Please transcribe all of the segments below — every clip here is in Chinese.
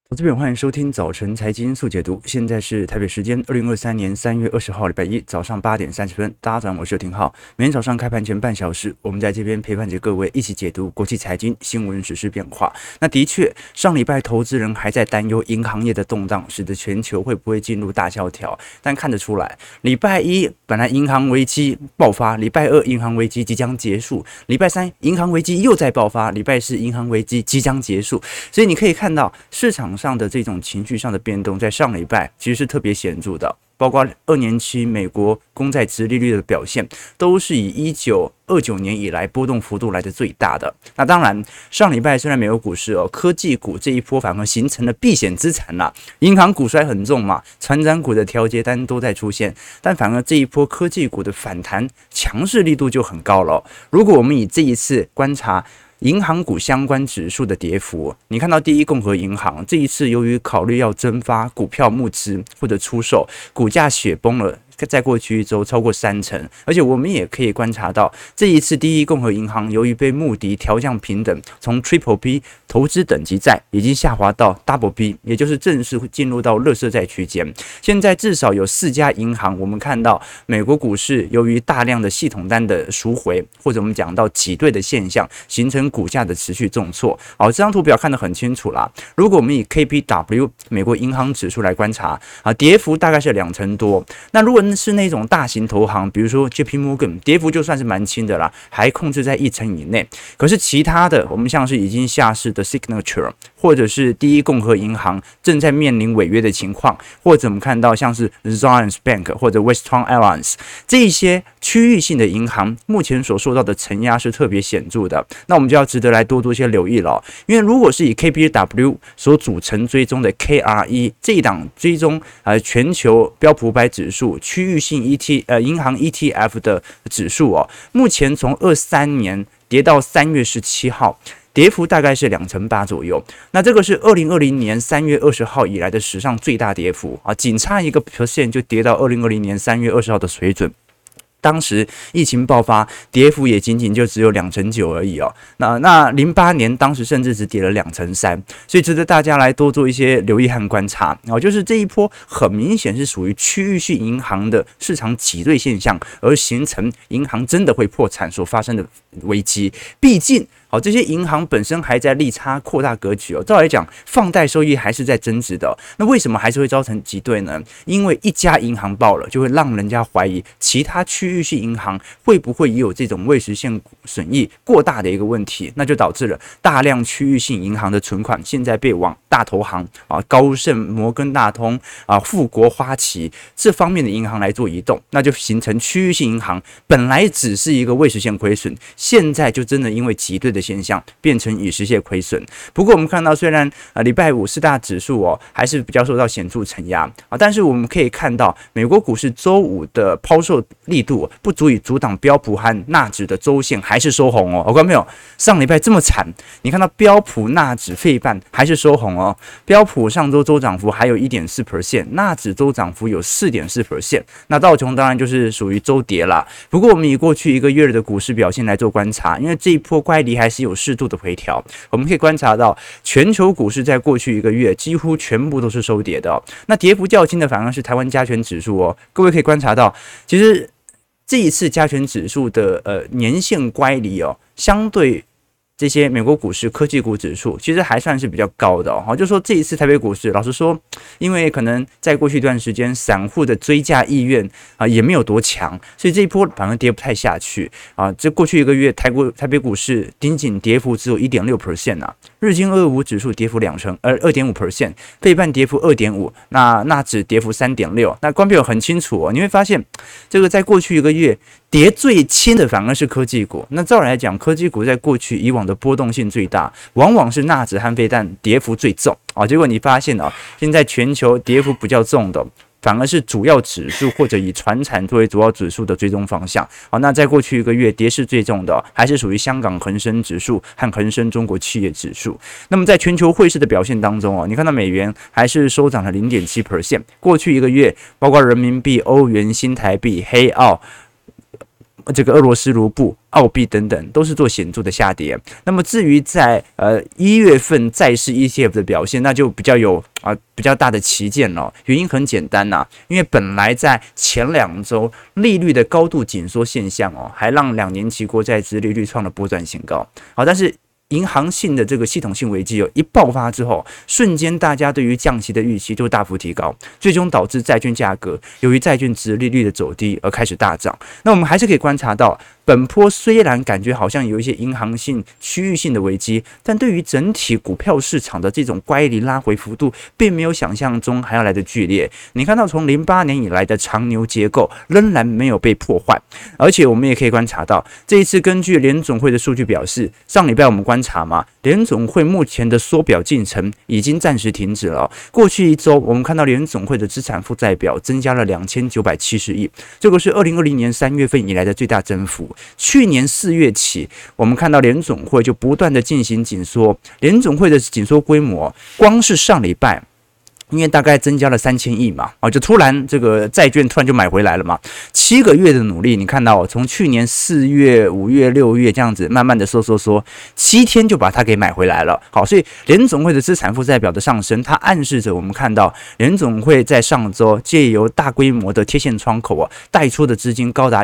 投资朋友，欢迎收听早晨财经速解读。现在是台北时间2023年3月20号，礼拜一早上8点30分。大家早上好，我是廷浩。每天早上开盘前半小时，我们在这边陪伴着各位一起解读国际财经新闻、时事变化。那的确，上礼拜投资人还在担忧银行业的动荡，使得全球会不会进入大萧条。但看得出来，礼拜一本来银行危机爆发，礼拜二银行危机即将结束，礼拜三银行危机又在爆发，礼拜四银行危机即将结束。所以你可以看到市场上的这种情绪上的变动，在上礼拜其实是特别显著的，包括2年期美国公债殖利率的表现，都是以1929年以来波动幅度来的最大的。那当然，上礼拜虽然美国股市科技股这一波反而形成了避险资产啦，银行股摔很重嘛，传产股的调节单都在出现，但反而这一波科技股的反弹强势力度就很高了。如果我们以这一次观察银行股相关指数的跌幅，你看到第一共和银行这一次由于考虑要增发股票募资或者出售，股价雪崩了，在过去一周超过30%，而且我们也可以观察到，这一次第一共和银行由于被穆迪调降评等，从 Triple B 投资等级债已经下滑到 Double B， 也就是正式进入到垃圾债区间。现在至少有4家银行，我们看到美国股市由于大量的系统单的赎回，或者我们讲到挤兑的现象，形成股价的持续重挫。好，这张图表看得很清楚啦。如果我们以 KBW 美国银行指数来观察跌幅大概是2%多。那如果是那种大型投行，比如说 JP Morgan， 跌幅就算是蛮轻的啦，还控制在1%以内。可是其他的，我们像是已经下市的 Signature， 或者是第一共和银行正在面临违约的情况，或者我们看到像是 Zions Bank 或者 Western Airlines 这一些区域性的银行，目前所受到的承压是特别显著的。那我们就要值得来多做一些留意了，因为如果是以 KBW 所组成追踪的 KRE 这一档追踪全球标普500指数区域性银行 ETF 的指数目前从23年跌到3月17号。跌幅大概是2%左右，那这个是2020年3月20号以来的史上最大跌幅仅差1%就跌到2020年3月20号的水准。当时疫情爆发，跌幅也仅仅就只有2%而已那08年当时甚至只跌了2%，所以值得大家来多做一些留意和观察就是这一波很明显是属于区域性银行的市场挤兑现象，而形成银行真的会破产所发生的危机。毕竟这些银行本身还在利差扩大格局照来讲，放贷收益还是在增值的那为什么还是会造成挤兑呢？因为一家银行爆了，就会让人家怀疑其他区域性银行会不会也有这种未实现损益过大的一个问题，那就导致了大量区域性银行的存款现在被往大投行高盛、摩根大通富国、花旗这方面的银行来做移动，那就形成区域性银行本来只是一个未实现亏损，现在就真的因为挤兑的现象变成已实现亏损。不过我们看到，虽然礼拜五4大指数还是比较受到显著承压但是我们可以看到，美国股市周五的抛售力度不足以阻挡标普和纳指的周线还是收红看到没有？上礼拜这么惨，你看到标普、纳指、费半还是收红标普上周涨幅还有 1.4%， 纳指周涨幅有 4.4%， 那道琼当然就是属于周跌啦。不过我们以过去1个月的股市表现来做观察，因为这一波乖离还是有适度的回调，我们可以观察到全球股市在过去1个月几乎全部都是收跌的那跌幅较轻的反而是台湾加权指数各位可以观察到，其实这一次加权指数的年线乖离相对这些美国股市科技股指数其实还算是比较高的就说这一次台北股市，老实说，因为可能在过去一段时间散户的追价意愿也没有多强，所以这一波反而跌不太下去这过去1个月台北股市仅仅跌幅只有 1.6% 日经225指数跌幅2.5%，费半跌幅 2.5%， 那纳指跌幅 3.6%。那观众很清楚你会发现这个在过去1个月跌最轻的反而是科技股。那照来讲，科技股在过去以往的波动性最大，往往是纳指和费半跌幅最重结果你发现现在全球跌幅比较重的反而是主要指数或者以传产作为主要指数的追踪方向那在过去1个月跌势最重的还是属于香港恒生指数和恒生中国企业指数。那么在全球汇市的表现当中你看到美元还是收涨了 0.7%， 过去1个月包括人民币、欧元、新台币、黑澳这个俄罗斯卢布、澳币等等都是做显著的下跌。那么至于在1月份债市 ETF 的表现，那就比较大的旗舰了。原因很简单呐，因为本来在前2周利率的高度紧缩现象还让2年期国债殖利率创了波段新高。好，但是银行性的这个系统性危机一爆发之后，瞬间大家对于降息的预期就大幅提高，最终导致债券价格由于债券殖利率的走低而开始大涨。那我们还是可以观察到，本波虽然感觉好像有一些银行性区域性的危机，但对于整体股票市场的这种乖离拉回幅度，并没有想象中还要来得剧烈。你看到从08年以来的长牛结构仍然没有被破坏，而且我们也可以观察到，这一次根据联总会的数据表示，上礼拜我们观察嘛，联总会目前的缩表进程已经暂时停止了。过去1周，我们看到联总会的资产负债表增加了2970亿，这个是2020年3月份以来的最大增幅。去年4月起，我们看到联总会就不断的进行紧缩，联总会的紧缩规模，光是上礼拜，因为大概增加了3000亿嘛，就突然这个债券突然就买回来了嘛。7个月的努力，你看到从去年4月、5月、6月这样子慢慢的缩，7天就把它给买回来了。好，所以联总会的资产负债表的上升，它暗示着我们看到联总会在上周借由大规模的贴现窗口贷出的资金高达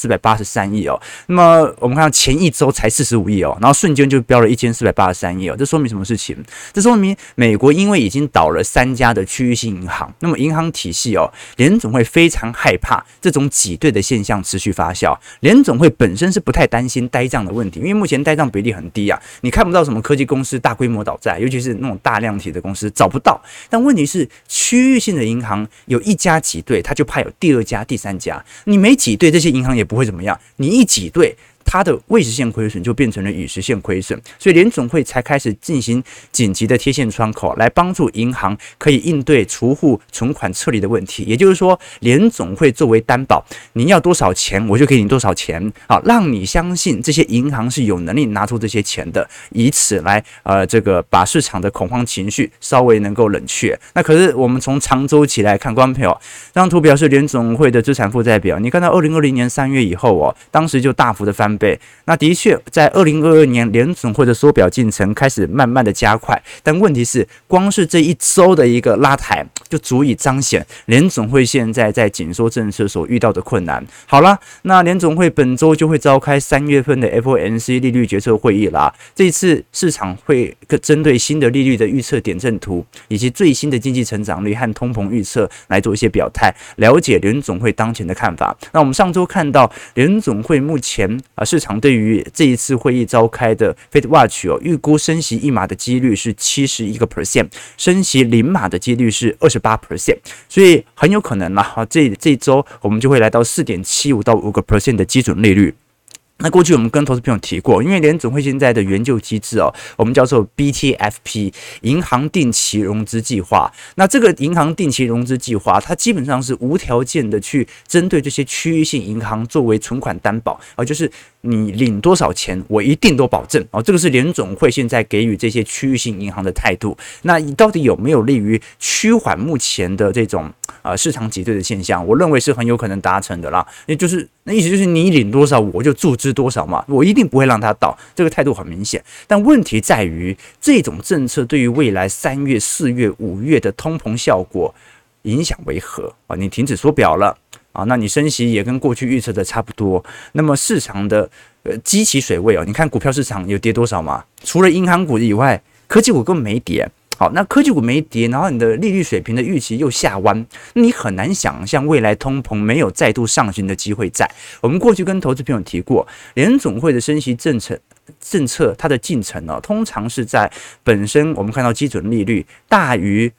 1483亿那么我们看到前1周才45亿然后瞬间就飙了1483亿这说明什么事情？这说明美国因为已经倒了3家的区域性银行，那么银行体系联总会非常害怕这种挤兑的现象持续发酵。联总会本身是不太担心呆账的问题，因为目前呆账比例很低你看不到什么科技公司大规模倒债，尤其是那种大量体的公司找不到。但问题是区域性的银行有1家挤兑，它就怕有第2家、第3家。你没挤兑，这些银行也不会怎么样。你一挤兑，它的未实现亏损就变成了已实现亏损，所以联总会才开始进行紧急的贴现窗口，来帮助银行可以应对储户存款撤离的问题。也就是说，联总会作为担保，你要多少钱，我就给你多少钱，让你相信这些银行是有能力拿出这些钱的，以此来这个把市场的恐慌情绪稍微能够冷却。那可是我们从长周期来看，观众朋友，这张图表是联总会的资产负债表，你看到2020年3月以后当时就大幅的翻倍。那的确在2022年联总会的缩表进程开始慢慢的加快，但问题是光是这1周的一个拉抬就足以彰显联总会现在在紧缩政策所遇到的困难。好了，那联总会本周就会召开3月份的 FOMC 利率决策会议啦。这一次市场会针对新的利率的预测点阵图以及最新的经济成长率和通膨预测来做一些表态，了解联总会当前的看法。那我们上周看到联总会目前市场对于这一次会议召开的 Fed Watch 预估升息1码的几率是71%，升息0码的几率是28%，所以很有可能啦，这一周我们就会来到 4.75% 到 5% 的基准利率。那过去我们跟投资朋友提过，因为联总会现在的援救机制我们叫做 BTFP 银行定期融资计划。那这个银行定期融资计划，它基本上是无条件的去针对这些区域性银行作为存款担保就是你领多少钱，我一定都保证这个是联总会现在给予这些区域性银行的态度。那到底有没有利于趋缓目前的这种市场挤兑的现象？我认为是很有可能达成的啦。也就是那意思就是你领多少，我就注资多少嘛，我一定不会让它倒，这个态度很明显。但问题在于，这种政策对于未来3月、4月、5月的通膨效果影响为何你停止缩表了那你升息也跟过去预测的差不多。那么市场的基期水位你看股票市场有跌多少吗？除了银行股以外，科技股根本没跌。好，那科技股没跌，然后你的利率水平的预期又下弯，你很难想象未来通膨没有再度上行的机会在。我们过去跟投资朋友提过，联总会的升息政策它的进程通常是在本身我们看到基准利率大于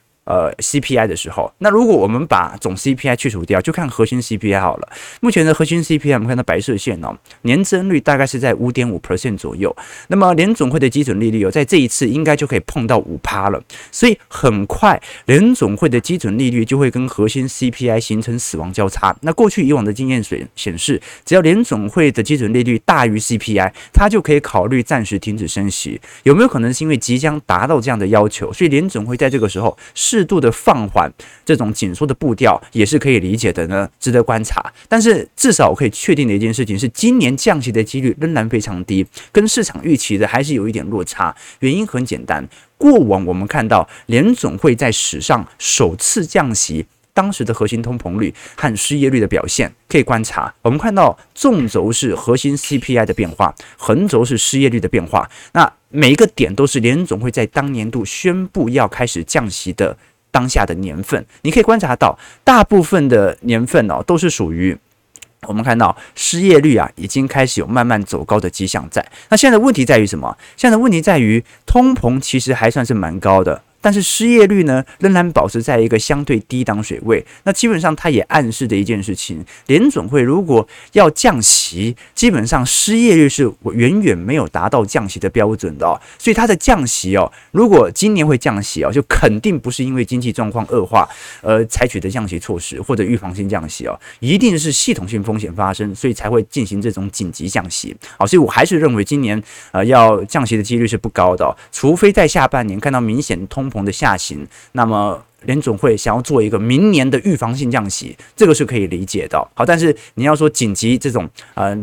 CPI 的时候，那如果我们把总 CPI 去除掉，就看核心 CPI 好了。目前的核心 CPI 我们看到白色线年增率大概是在 5.5% 左右。那么联总会的基准利率在这一次应该就可以碰到 5% 了，所以很快联总会的基准利率就会跟核心 CPI 形成死亡交叉。那过去以往的经验显示，只要联总会的基准利率大于 CPI， 它就可以考虑暂时停止升息。有没有可能是因为即将达到这样的要求，所以联总会在这个时候适度的放缓这种紧缩的步调，也是可以理解的呢，值得观察。但是至少我可以确定的一件事情是，今年降息的几率仍然非常低，跟市场预期的还是有一点落差。原因很简单，过往我们看到联总会在史上首次降息，当时的核心通膨率和失业率的表现可以观察，我们看到纵轴是核心 CPI 的变化，横轴是失业率的变化。那每一个点都是联总会在当年度宣布要开始降息的当下的年份，你可以观察到，大部分的年份都是属于我们看到失业率已经开始有慢慢走高的迹象在。那现在的问题在于什么？现在的问题在于通膨其实还算是蛮高的，但是失业率呢仍然保持在一个相对低档水位。那基本上它也暗示的一件事情，联准会如果要降息，基本上失业率是远远没有达到降息的标准的所以它的降息如果今年会降息就肯定不是因为经济状况恶化而采取的降息措施或者预防性降息一定是系统性风险发生，所以才会进行这种紧急降息。好，所以我还是认为今年要降息的几率是不高的除非在下半年看到明显通膨的下行，那么联总会想要做一个明年的预防性降息，这个是可以理解的。好，但是你要说紧急这种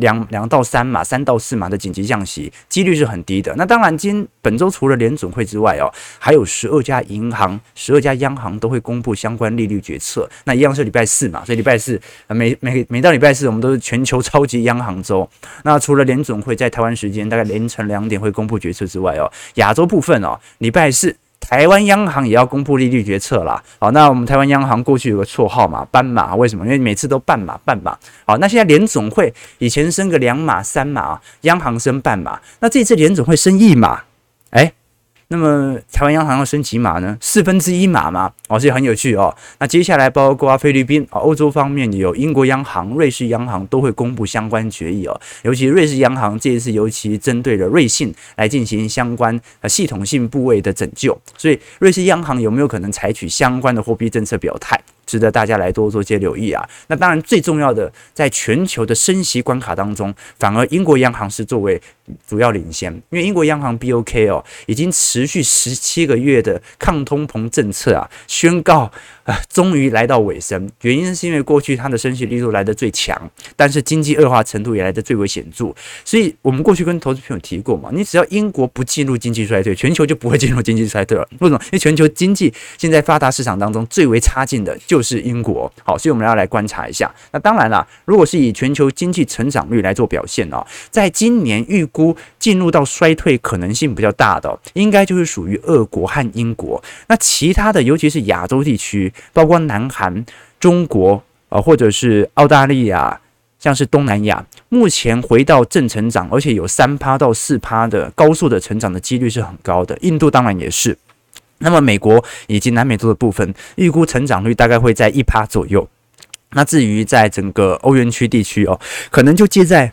2到3码、3到4码的紧急降息，几率是很低的。那当然，本周除了联总会之外还有12家银行、12家央行都会公布相关利率决策。那一样是礼拜四嘛，所以礼拜四每到礼拜四，我们都是全球超级央行周。那除了联总会在台湾时间大概凌晨2点会公布决策之外亚洲部分礼拜四台湾央行也要公布利率决策啦。好，那我们台湾央行过去有个绰号嘛，斑马，为什么？因为每次都半码。好，那现在联总会以前升个2码、3码，央行升半码，那这次联总会升1码，那么台湾央行要升几码呢？1/4码嘛，所以很有趣那接下来包括菲律宾欧洲方面有英国央行、瑞士央行都会公布相关决议尤其瑞士央行这一次尤其针对了瑞信来进行相关系统性部位的拯救，所以瑞士央行有没有可能采取相关的货币政策表态？值得大家来多做些留意那当然最重要的，在全球的升息关卡当中，反而英国央行是作为主要领先，因为英国央行 BOK 已经持续17个月的抗通膨政策宣告终于来到尾声。原因是因为过去它的升息力度来得最强，但是经济恶化程度也来得最为显著。所以我们过去跟投资朋友提过嘛，你只要英国不进入经济衰退，全球就不会进入经济衰退了。为什么？因为全球经济现在发达市场当中最为差劲的就是英国。好，所以我们要来观察一下。那当然啦，如果是以全球经济成长率来做表现在今年预估进入到衰退可能性比较大的应该就是属于俄国和英国。那其他的，尤其是亚洲地区，包括南韩、中国或者是澳大利亚，像是东南亚，目前回到正成长，而且有3%到4%的高速的成长的几率是很高的。印度当然也是。那么美国以及南美洲的部分，预估成长率大概会在1%左右。那至于在整个欧元区地区可能就介在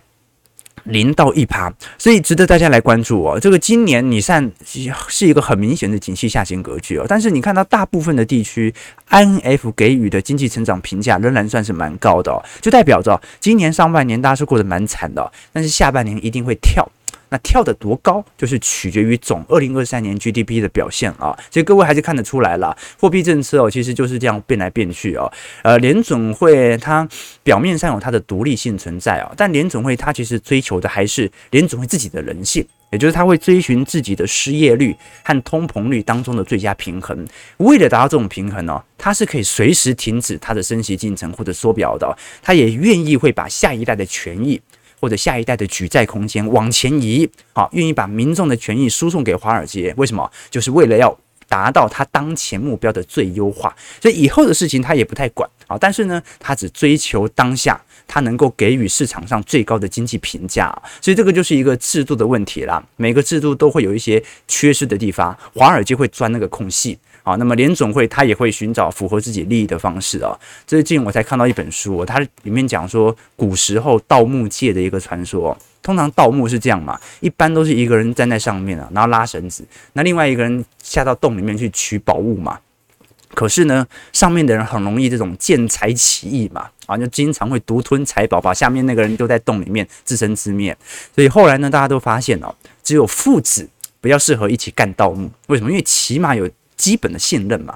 0到1%，所以值得大家来关注这个今年你算是一个很明显的景气下行格局但是你看到大部分的地区 INF 给予的经济成长评价仍然算是蛮高的就代表着今年上半年大家是过得蛮惨的但是下半年一定会跳。那跳得多高，就是取决于总2023年 GDP 的表现所以各位还是看得出来了，货币政策其实就是这样变来变去联准会它表面上有它的独立性存在但联准会它其实追求的还是联准会自己的人性，也就是它会追寻自己的失业率和通膨率当中的最佳平衡。为了达到这种平衡它是可以随时停止它的升息进程或者缩表的它也愿意会把下一代的权益或者下一代的举债空间往前移，愿意把民众的权益输送给华尔街，为什么？就是为了要达到他当前目标的最优化，所以以后的事情他也不太管但是呢，他只追求当下他能够给予市场上最高的经济评价所以这个就是一个制度的问题啦。每个制度都会有一些缺失的地方，华尔街会钻那个空隙那么联总会他也会寻找符合自己利益的方式最近我才看到一本书它里面讲说古时候盗墓界的一个传说通常盗墓是这样嘛，一般都是一个人站在上面然后拉绳子，那另外一个人下到洞里面去取宝物嘛。可是呢，上面的人很容易这种见财起意嘛，就经常会独吞财宝，把下面那个人丢在洞里面自生自灭。所以后来呢，大家都发现只有父子比较适合一起干盗墓。为什么？因为起码有基本的信任嘛。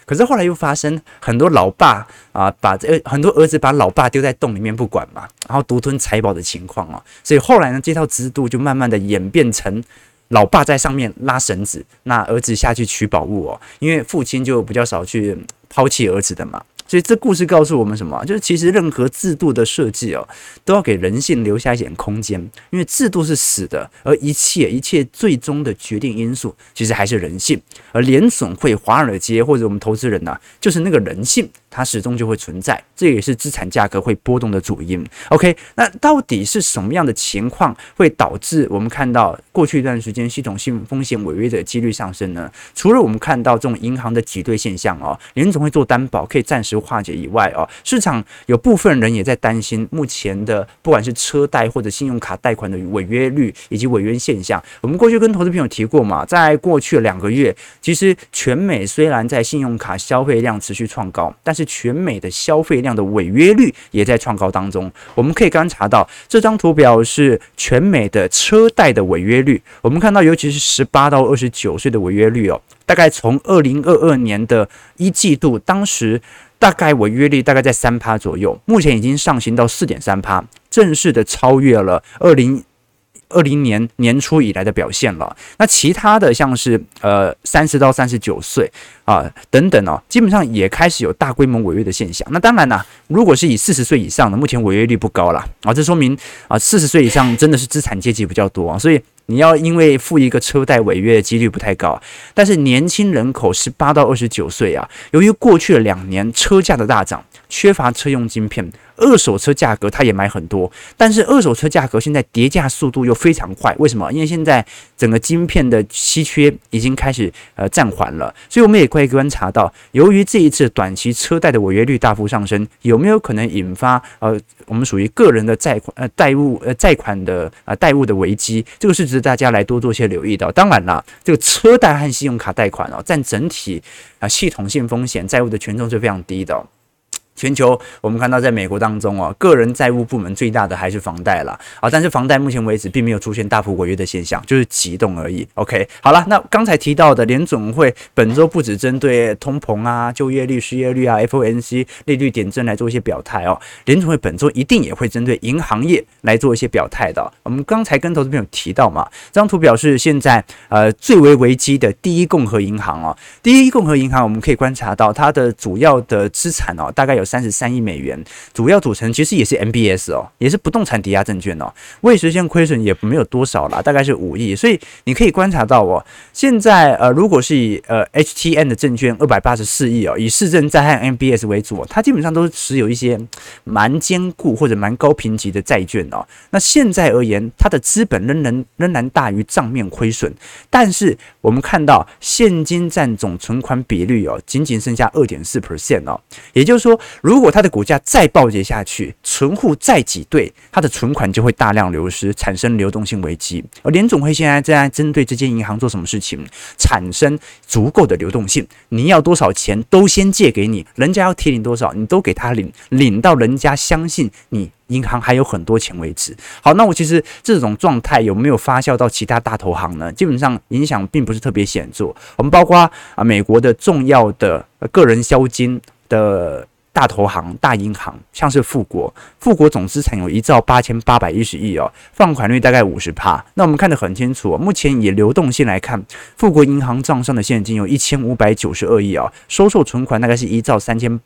可是后来又发生很多老爸很多儿子把老爸丢在洞里面不管嘛，然后独吞财宝的情况哦，所以后来呢，这套制度就慢慢的演变成老爸在上面拉绳子，那儿子下去取宝物哦，因为父亲就比较少去抛弃儿子的嘛。所以这故事告诉我们什么？就是其实任何制度的设计哦，都要给人性留下一点空间，因为制度是死的，而一切最终的决定因素其实还是人性。而联总会、华尔街或者我们投资人呐，就是那个人性，它始终就会存在，这也是资产价格会波动的主因。OK， 那到底是什么样的情况会导致我们看到过去一段时间系统性风险违约的几率上升呢？除了我们看到这种银行的挤兑现象哦，联总会做担保可以暂时化解以外哦，市场有部分人也在担心目前的不管是车贷或者信用卡贷款的违约率以及违约现象。我们过去跟投资朋友提过嘛，在过去2个月，其实全美虽然在信用卡消费量持续创高，但是全美的消费量的违约率也在创高当中。我们可以观察到这张图表是全美的车贷的违约率，我们看到尤其是18到29岁的违约率哦，大概从2022年的1季度，当时大概违约率大概在3%左右，目前已经上行到4.3%，正式的超越了2020年年初以来的表现了。那其他的像是30到39岁等等哦，基本上也开始有大规模违约的现象。那当然啦，如果是以40岁以上的，目前违约率不高啦这说明40岁以上真的是资产阶级比较多所以你要因为付一个车贷违约的几率不太高。但是年轻人口18到29岁由于过去的2年车价的大涨，缺乏车用晶片，二手车价格它也买很多，但是二手车价格现在跌价速度又非常快。为什么？因为现在整个晶片的稀缺已经开始暂缓了，所以我们也可以观察到，由于这一次短期车贷的违约率大幅上升，有没有可能引发我们属于个人的债款的债务的危机？这个是值得大家来多做些留意的。当然啦，这个车贷和信用卡贷款占整体系统性风险债务的权重是非常低的全球我们看到，在美国当中个人债务部门最大的还是房贷啦但是房贷目前为止并没有出现大幅违约的现象，就是急动而已。OK， 好了，那刚才提到的联总会本周不只针对通膨就业率、失业率FOMC 利率点阵来做一些表态联总会本周一定也会针对银行业来做一些表态的我们刚才跟投资朋友提到嘛，这张图表示现在最为危机的第一共和银行第一共和银行我们可以观察到它的主要的资产大概有33亿美元，主要组成其实也是 MBS 也是不动产抵押证券未实现亏损也没有多少啦，大概是5亿。所以你可以观察到现在如果是以HTM 的证券284亿以市政债和 MBS 为主它基本上都是持有一些蛮坚固或者蛮高评级的债券那现在而言，它的资本仍然大于账面亏损，但是我们看到现金占总存款比率仅仅剩下 2.4% 也就是说，如果它的股价再暴跌下去，存户再挤兑，它的存款就会大量流失，产生流动性危机。而联总会现在在针对这间银行做什么事情？产生足够的流动性，你要多少钱都先借给你，人家要提领多少，你都给他领到人家相信你银行还有很多钱为止。好，那我其实这种状态有没有发酵到其他大投行呢？基本上影响并不是特别显著。我们包括美国的重要的个人销金的大投行、大银行，像是富国总资产有1兆8810亿放款率大概 50%。那我们看得很清楚目前以流动性来看，富国银行账上的现金有1592亿收受存款大概是1兆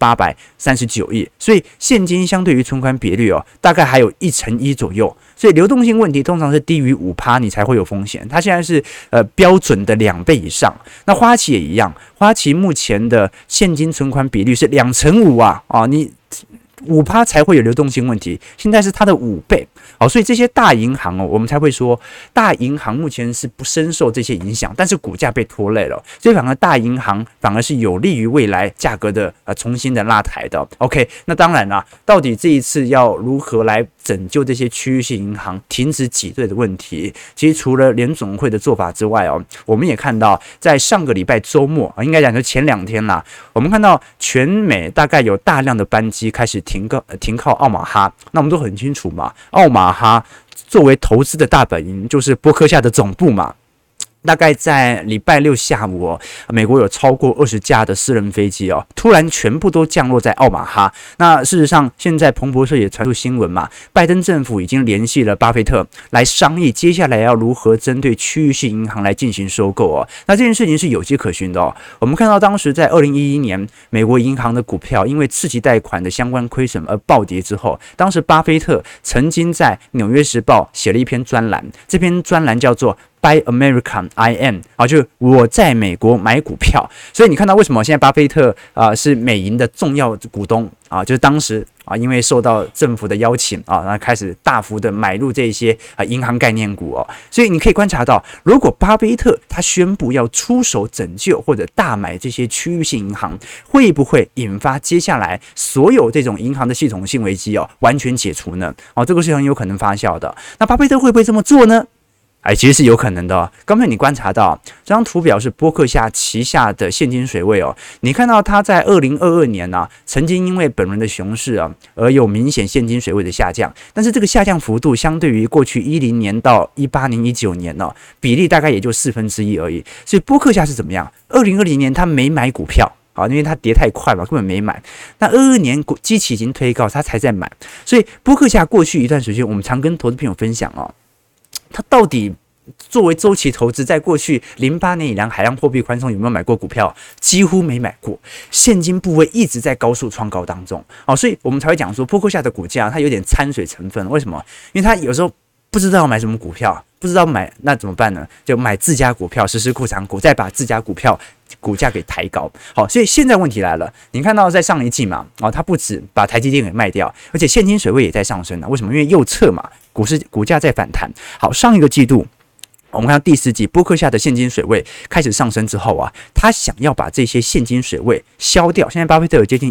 3839亿，所以现金相对于存款比率大概还有1%左右。所以流动性问题通常是低于 5% 你才会有风险，它现在是标准的2倍以上。那花旗也一样，花旗目前的现金存款比率是2.5%你5%才会有流动性问题，现在是它的5倍。所以这些大银行我们才会说大银行目前是不深受这些影响，但是股价被拖累了，所以反而大银行反而是有利于未来价格的重新的拉抬的。OK， 那当然啦，到底这一次要如何来拯救这些区域性银行停止挤兑的问题？其实除了联总会的做法之外我们也看到在上个礼拜周末应该讲说前2天啦，我们看到全美大概有大量的班机开始停靠奥马哈。那我们都很清楚嘛，奥马哈作为投资的大本营就是波克夏的总部嘛。 大概在礼拜六下午哦，美国有超过20架的私人飞机哦，突然全部都降落在奥马哈。那事实上，现在彭博社也传出新闻嘛，拜登政府已经联系了巴菲特来商议接下来要如何针对区域性银行来进行收购哦。那这件事情是有迹可循的哦。我们看到当时在2011年，美国银行的股票因为次级贷款的相关亏损而暴跌之后，当时巴菲特曾经在《纽约时报》写了一篇专栏，这篇专栏叫做Buy American IM 啊，就是我在美国买股票，所以你看到为什么现在巴菲特是美银的重要股东啊，就是当时因为受到政府的邀请那开始大幅的买入这些银行概念股哦，所以你可以观察到，如果巴菲特他宣布要出手拯救或者大买这些区域性银行，会不会引发接下来所有这种银行的系统性危机完全解除呢？这个是很有可能发酵的。那巴菲特会不会这么做呢？其实是有可能的哦。刚才你观察到这张图表是波克夏旗下的现金水位哦，你看到他在2022年曾经因为本轮的熊市而有明显现金水位的下降，但是这个下降幅度相对于过去10年到18年、19年比例大概也就1/4而已。所以波克夏是怎么样？2020年他没买股票因为它跌太快嘛，根本没买。那22年基期已经推高，他才在买。所以波克夏过去一段时间，我们常跟投资朋友分享他到底作为周期投资，在过去08年以来海量货币宽松有没有买过股票？几乎没买过，现金部位一直在高速创高当中所以我们才会讲说波克夏的股价它有点掺水成分。为什么？因为他有时候不知道买什么股票，不知道买那怎么办呢？就买自家股票，实施库藏股，再把自家股票股价给抬高。好，所以现在问题来了，你看到在上一季嘛，它不止把台积电给卖掉，而且现金水位也在上升为什么？因为右侧嘛，股价在反弹。好，上一个季度我们看到第4季波克夏的现金水位开始上升之后他想要把这些现金水位消掉。现在巴菲特有接近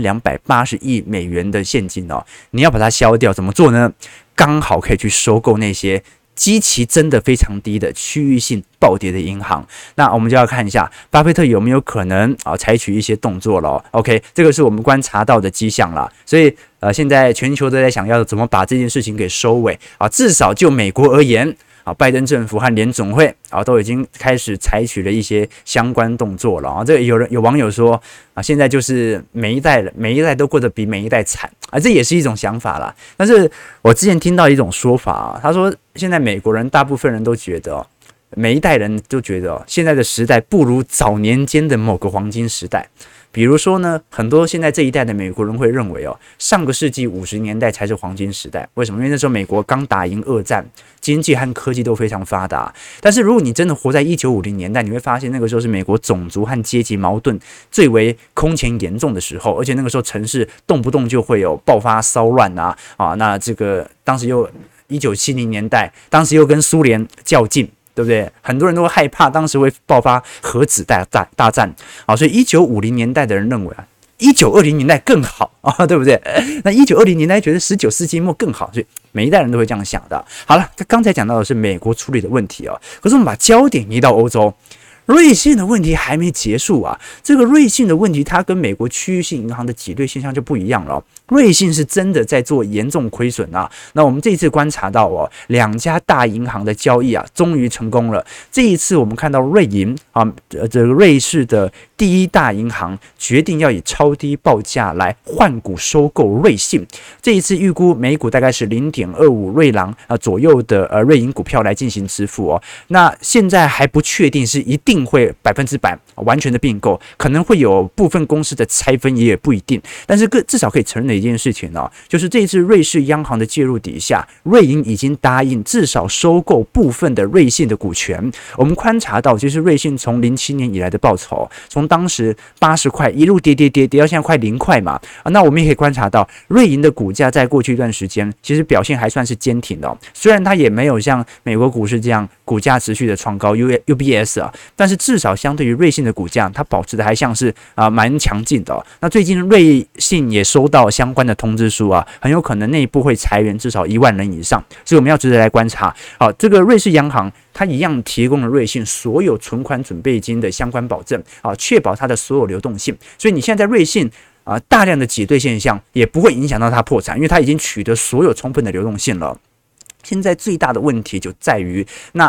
1280亿美元的现金你要把它消掉，怎么做呢？刚好可以去收购那些基期真的非常低的区域性暴跌的银行。那我们就要看一下巴菲特有没有可能采取一些动作了。OK， 这个是我们观察到的迹象啦。所以现在全球都在想要怎么把这件事情给收尾至少就美国而言拜登政府和联总会都已经开始采取了一些相关动作了这个有网友说现在就是每一代都过得比每一代惨这也是一种想法啦。但是我之前听到一种说法他说现在美国人大部分人都觉得每一代人都觉得现在的时代不如早年间的某个黄金时代。比如说呢，很多现在这一代的美国人会认为上个世纪50年代才是黄金时代。为什么？因为那时候美国刚打赢2战，经济和科技都非常发达。但是如果你真的活在1950年代，你会发现那个时候是美国种族和阶级矛盾最为空前严重的时候，而且那个时候城市动不动就会有爆发骚乱那这个当时又1970年代，当时又跟苏联较劲。对不对？很多人都会害怕当时会爆发核子大战所以1950年代的人认为1920年代更好对不对？那1920年代觉得19世纪末更好，所以每一代人都会这样想的。好了，刚才讲到的是美国处理的问题可是我们把焦点移到欧洲。瑞信的问题还没结束这个瑞信的问题它跟美国区域性银行的挤兑现象就不一样了瑞信是真的在做严重亏损那我们这一次观察到2家大银行的交易终于成功了。这一次我们看到瑞银这个瑞士的第一大银行决定要以超低报价来换股收购瑞信。这一次预估每股大概是0.25瑞郎左右的瑞银股票来进行支付那现在还不确定是一定会100%完全的并购，可能会有部分公司的拆分也不一定。但是至少可以承认的一件事情就是这一次瑞士央行的介入底下，瑞银已经答应至少收购部分的瑞信的股权。我们观察到，其实瑞信从07年以来的报酬，从当时80块一路跌到现在快0块嘛那我们也可以观察到，瑞银的股价在过去一段时间其实表现还算是坚挺的虽然它也没有像美国股市这样股价持续的创高 UBS 但是至少相对于瑞信的股价，它保持的还像是蛮强劲的那最近瑞信也收到相关的通知书很有可能内部会裁员至少1万人以上，所以我们要值得来观察。好，这个瑞士央行它一样提供了瑞信所有存款准备金的相关保证确保它的所有流动性。所以你现在在瑞信大量的挤兑现象也不会影响到它破产，因为它已经取得所有充分的流动性了。现在最大的问题就在于，那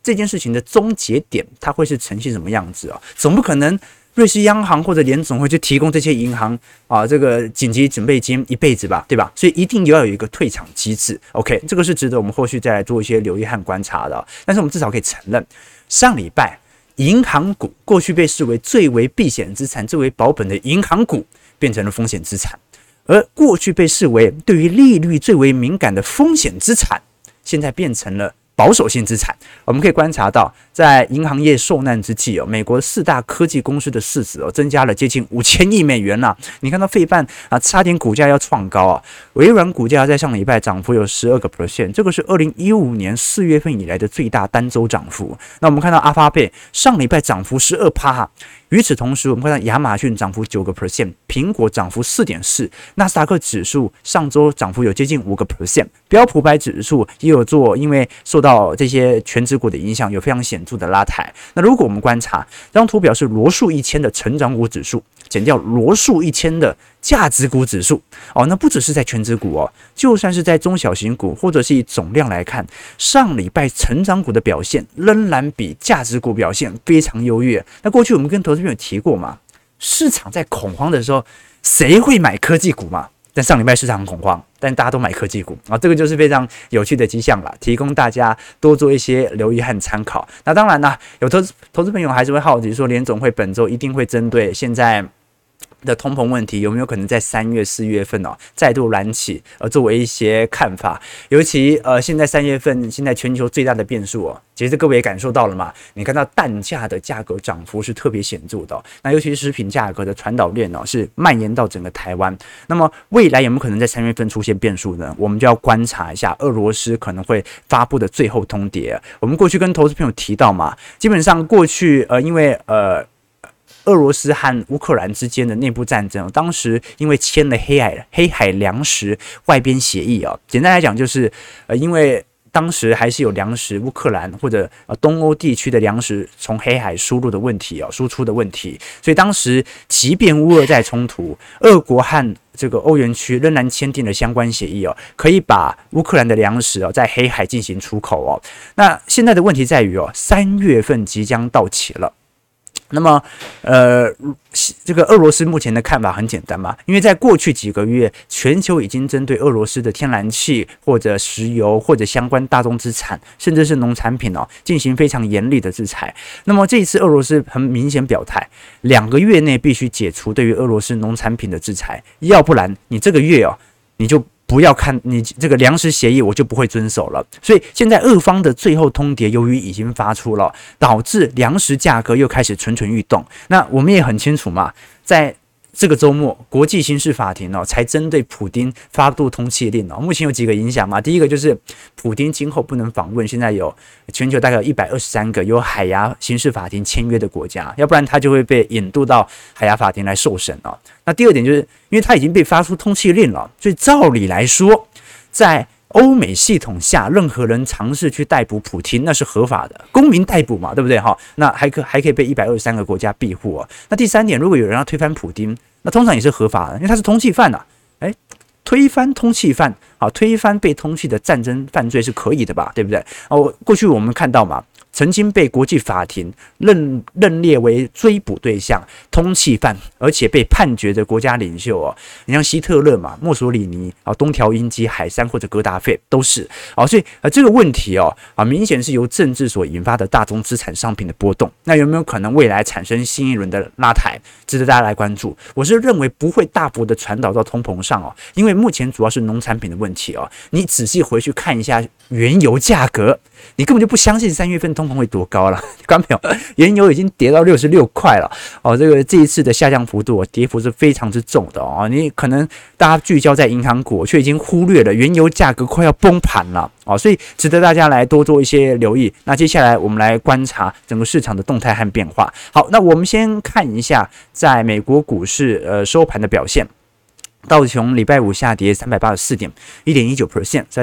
这件事情的终结点它会是呈现什么样子啊？总不可能瑞士央行或者联总会去提供这些银行啊这个紧急准备金一辈子吧，对吧？所以一定要有一个退场机制。OK， 这个是值得我们后续再来做一些留意和观察的。但是我们至少可以承认，上礼拜银行股过去被视为最为避险资产、最为保本的银行股，变成了风险资产。而过去被视为对于利率最为敏感的风险资产，现在变成了保守性资产。我们可以观察到，在银行业受难之际美国4大科技公司的市值增加了接近5000亿美元啦。你看到费半差点股价要创高微软股价在上礼拜涨幅有12%，这个是2015年4月份以来的最大单周涨幅。那我们看到阿发贝上礼拜涨幅12%。与此同时，我们看到亚马逊涨幅9%，苹果涨幅4.4%，纳斯达克指数上周涨幅有接近5%，标普500指数也有做，因为受到这些全指股的影响，有非常显著的拉抬。那如果我们观察这张图表是罗素1000的成长股指数，减掉罗素1000的价值股指数那不只是在全指股就算是在中小型股或者是以总量来看，上礼拜成长股的表现仍然比价值股表现非常优越。那过去我们跟投资朋友提过嘛，市场在恐慌的时候，谁会买科技股嘛？但上礼拜市场很恐慌，但大家都买科技股这个就是非常有趣的迹象了，提供大家多做一些留意和参考。那当然啦，有投资朋友还是会好奇说，联总会本周一定会针对现在的通膨问题有没有可能在3月、4月份再度燃起，作为一些看法。尤其现在3月份，现在全球最大的变数其实各位也感受到了嘛，你看到蛋价的价格涨幅是特别显著的那尤其是食品价格的传导链是蔓延到整个台湾。那么未来有没有可能在3月份出现变数呢？我们就要观察一下俄罗斯可能会发布的最后通牒。我们过去跟投资朋友提到嘛，基本上过去因为俄罗斯和乌克兰之间的内部战争当时因为签了黑海粮食外边协议简单来讲就是因为当时还是有粮食乌克兰或者东欧地区的粮食从黑海输入的问题输出的问题，所以当时即便乌俄在冲突，俄国和这个欧元区仍然签订了相关协议可以把乌克兰的粮食在黑海进行出口那现在的问题在于3月份即将到期了。那么，这个俄罗斯目前的看法很简单嘛，因为在过去几个月，全球已经针对俄罗斯的天然气或者石油或者相关大宗资产，甚至是农产品进行非常严厉的制裁。那么这一次俄罗斯很明显表态，2个月内必须解除对于俄罗斯农产品的制裁，要不然你这个月你就不要看你这个粮食协议，我就不会遵守了。所以现在俄方的最后通牒由于已经发出了，导致粮食价格又开始蠢蠢欲动。那我们也很清楚嘛，在这个周末，国际刑事法庭才针对普丁发布通缉令目前有几个影响嘛？第一个就是普丁今后不能访问，现在有全球大概有123个有海牙刑事法庭签约的国家，要不然他就会被引渡到海牙法庭来受审那第二点就是因为他已经被发出通缉令了，所以照理来说，在欧美系统下，任何人尝试去逮捕普丁，那是合法的，公民逮捕嘛，对不对那还可以被123个国家庇护那第三点，如果有人要推翻普丁，那通常也是合法的，因为他是通缉犯推翻通缉犯推翻被通缉的战争犯罪是可以的吧，对不对过去我们看到嘛，曾经被国际法庭认列为追捕对象、通缉犯，而且被判决的国家领袖你像希特勒嘛、墨索里尼东条英机、海山或者戈达费都是所以这个问题明显是由政治所引发的大宗资产商品的波动。那有没有可能未来产生新一轮的拉抬，值得大家来关注？我是认为不会大幅的传导到通膨上因为目前主要是农产品的问题你仔细回去看一下原油价格，你根本就不相信3月份通膨会多高了，看到没有？原油已经跌到66块了这一次的下降幅度跌幅是非常之重的你可能大家聚焦在银行股，却已经忽略了原油价格快要崩盘了所以值得大家来多做一些留意。那接下来我们来观察整个市场的动态和变化。好，那我们先看一下在美国股市收盘的表现。道琼礼拜五下跌384点 1.19%， 在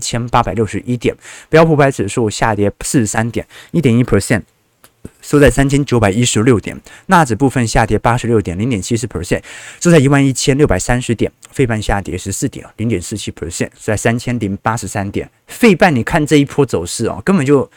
31,861点。标普500指数下跌43点 1.1%， 收在3916点。纳指部分下跌86点 0.74%， 收在11630点。费半下跌14点 0.47%， 收在3083点。费半你看这一波走势根本就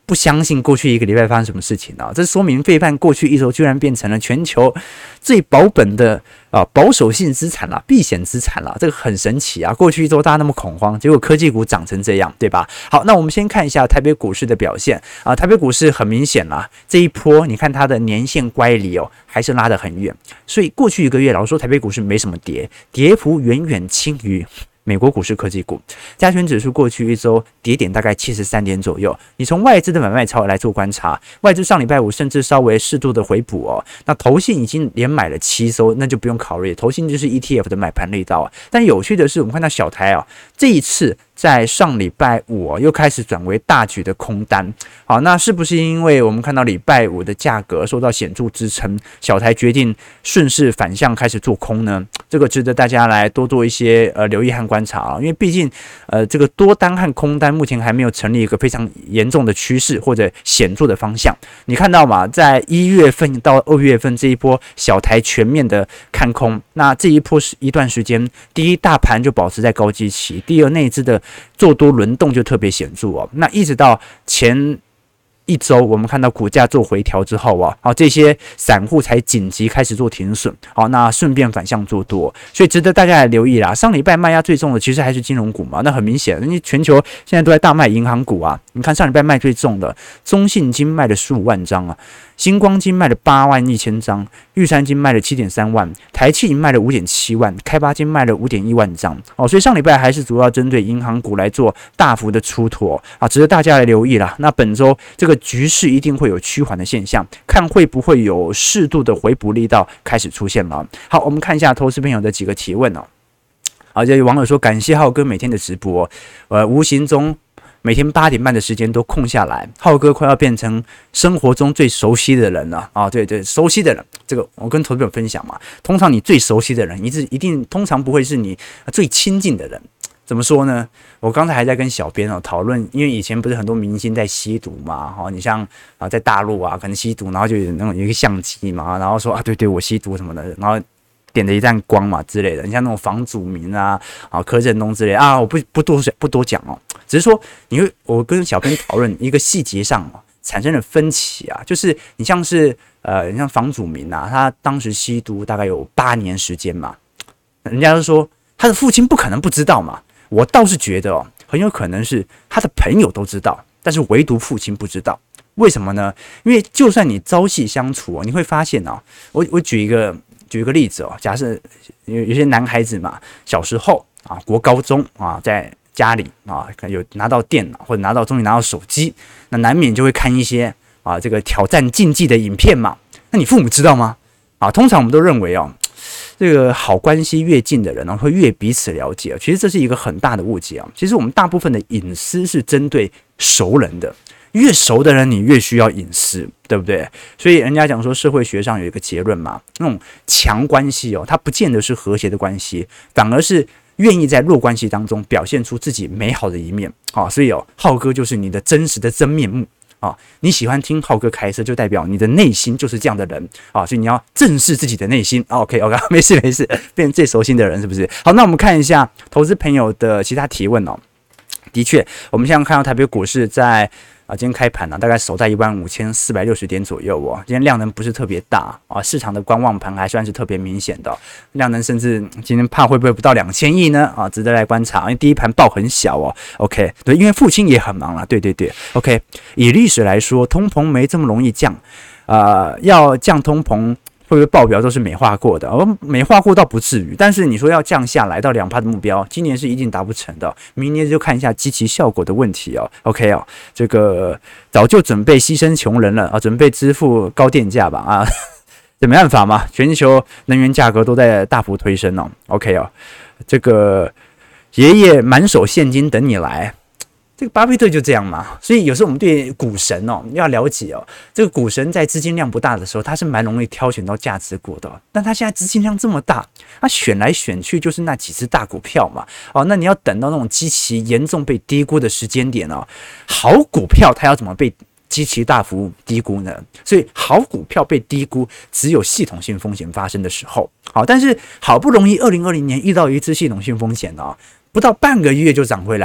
不相信过去一个礼拜发生什么事情啊？这说明费半过去一周居然变成了全球最保本的保守性资产啦，避险资产啦，这个很神奇啊！过去一周大家那么恐慌，结果科技股涨成这样，对吧？好，那我们先看一下台北股市的表现啊，台北股市很明显啦，这一波你看它的年线乖离哦，还是拉得很远，所以过去一个月老实说台北股市没什么跌，跌幅远远轻于美国股市科技股，加权指数过去一周跌点大概73点左右。你从外资的买卖超来做观察，外资上礼拜五甚至稍微适度的回补哦。那投信已经连买了7周，那就不用考虑，投信就是 ETF 的买盘力道啊。但有趣的是，我们看到小台啊，这一次在上礼拜五又开始转为大举的空单。好，那是不是因为我们看到礼拜五的价格受到显著支撑，小台决定顺势反向开始做空呢？这个值得大家来多做一些留意和观察啊，因为毕竟这个多单和空单目前还没有成立一个非常严重的趋势或者显著的方向。你看到嘛，在1月份到2月份这一波小台全面的看空，那这一波一段时间，第一大盘就保持在高基期，第二内资的做多轮动就特别显著哦。那一直到前一周，我们看到股价做回调之后啊，这些散户才紧急开始做停损，好，那顺便反向做多，所以值得大家来留意啦。上礼拜卖压最重的其实还是金融股嘛，那很明显，因为全球现在都在大卖银行股啊。你看上礼拜卖最重的，中信金卖了15万张啊，新光金卖了8万1000张，玉山金卖了7.3万，台企银卖了5.7万，开发金卖了5.1万张哦，所以上礼拜还是主要针对银行股来做大幅的出脱啊，值得大家来留意啦。那本周这个局势一定会有趋缓的现象，看会不会有适度的回补力道开始出现了。好，我们看一下投资朋友的几个提问哦。好，就有网友说感谢浩哥每天的直播，无形中每天8点半的时间都空下来，浩哥快要变成生活中最熟悉的人了啊！对对，熟悉的人，这个我跟投资朋友分享嘛。通常你最熟悉的人，一定通常不会是你最亲近的人。怎么说呢？我刚才还在跟小编讨论，因为以前不是很多明星在吸毒嘛，你像在大陆啊，可能吸毒，然后就有那种有一个相机嘛，然后说啊，对对，我吸毒什么的，然后点了一盏光嘛之类的。你像那种房祖名啊，柯震东之类啊，我不多讲哦，只是说我跟小编讨论一个细节上产生了分歧啊，就是你像是你像房祖名啊，他当时吸毒大概有8年时间嘛，人家就说他的父亲不可能不知道嘛。我倒是觉得很有可能是他的朋友都知道，但是唯独父亲不知道。为什么呢？因为就算你朝夕相处你会发现我举一个例子假设有些男孩子嘛，小时候国高中在家里有拿到电脑或者终于拿到手机，那难免就会看一些这个挑战竞技的影片嘛。那你父母知道吗？通常我们都认为这个好关系越近的人会越彼此了解，其实这是一个很大的误解其实我们大部分的隐私是针对熟人的，越熟的人你越需要隐私，对不对？所以人家讲说社会学上有一个结论嘛，那种强关系它不见得是和谐的关系，反而是愿意在弱关系当中表现出自己美好的一面所以浩哥就是你的真实的真面目。你喜欢听浩哥开车，就代表你的内心就是这样的人所以你要正视自己的内心。OK， 没事，变成最熟悉的人，是不是？好，那我们看一下投资朋友的其他提问的确，我们现在看到台北股市在今天开盘大概守在15460点左右今天量能不是特别大市场的观望盘还算是特别明显的量能，甚至今天怕会不会不到2000亿呢值得来观察，因为第一盘爆很小OK， 对，因为父亲也很忙啦，对 OK， 以历史来说，通膨没这么容易降要降通膨会不会爆表都是美化过的，美化过倒不至于，但是你说要降下来到2%的目标，今年是一定达不成的，明年就看一下基期效果的问题OK 这个早就准备牺牲穷人了准备支付高电价吧这没办法嘛，全球能源价格都在大幅推升OK 这个爷爷满手现金等你来。这个巴菲特就这样嘛，所以有时候我们对股神要了解这个股神在资金量不大的时候，他是蛮容易挑选到价值股的但他现在资金量这么大，他选来选去就是那几只大股票嘛那你要等到那种基期严重被低估的时间点好股票它要怎么被基期大幅低估呢？所以好股票被低估，只有系统性风险发生的时候但是好不容易2020年遇到一次系统性风险不到半个月就涨回来了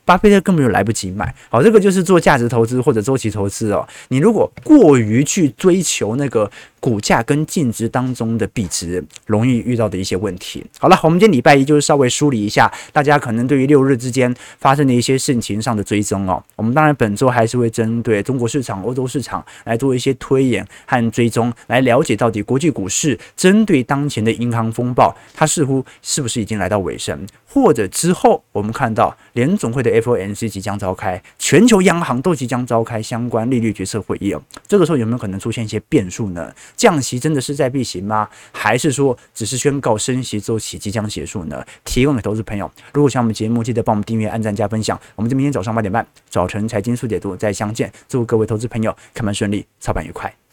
巴菲特根本就来不及买。好，这个就是做价值投资或者周期投资哦。你如果过于去追求那个股价跟净值当中的比值，容易遇到的一些问题。好了，我们今天礼拜一就是稍微梳理一下大家可能对于6日之间发生的一些事情上的追踪哦。我们当然本周还是会针对中国市场、欧洲市场来做一些推演和追踪，来了解到底国际股市针对当前的银行风暴，它似乎是不是已经来到尾声，或者之后我们看到联总会的 FOMC 即将召开，全球央行都即将召开相关利率决策会议哦。这个时候有没有可能出现一些变数呢？降息真的势在必行吗？还是说只是宣告升息周期即将结束呢？提供给投资朋友。如果喜欢我们节目，记得帮我们订阅、按赞、加分享。我们明天早上8点半，早晨财经速解读再相见。祝各位投资朋友开盘顺利，操盘愉快。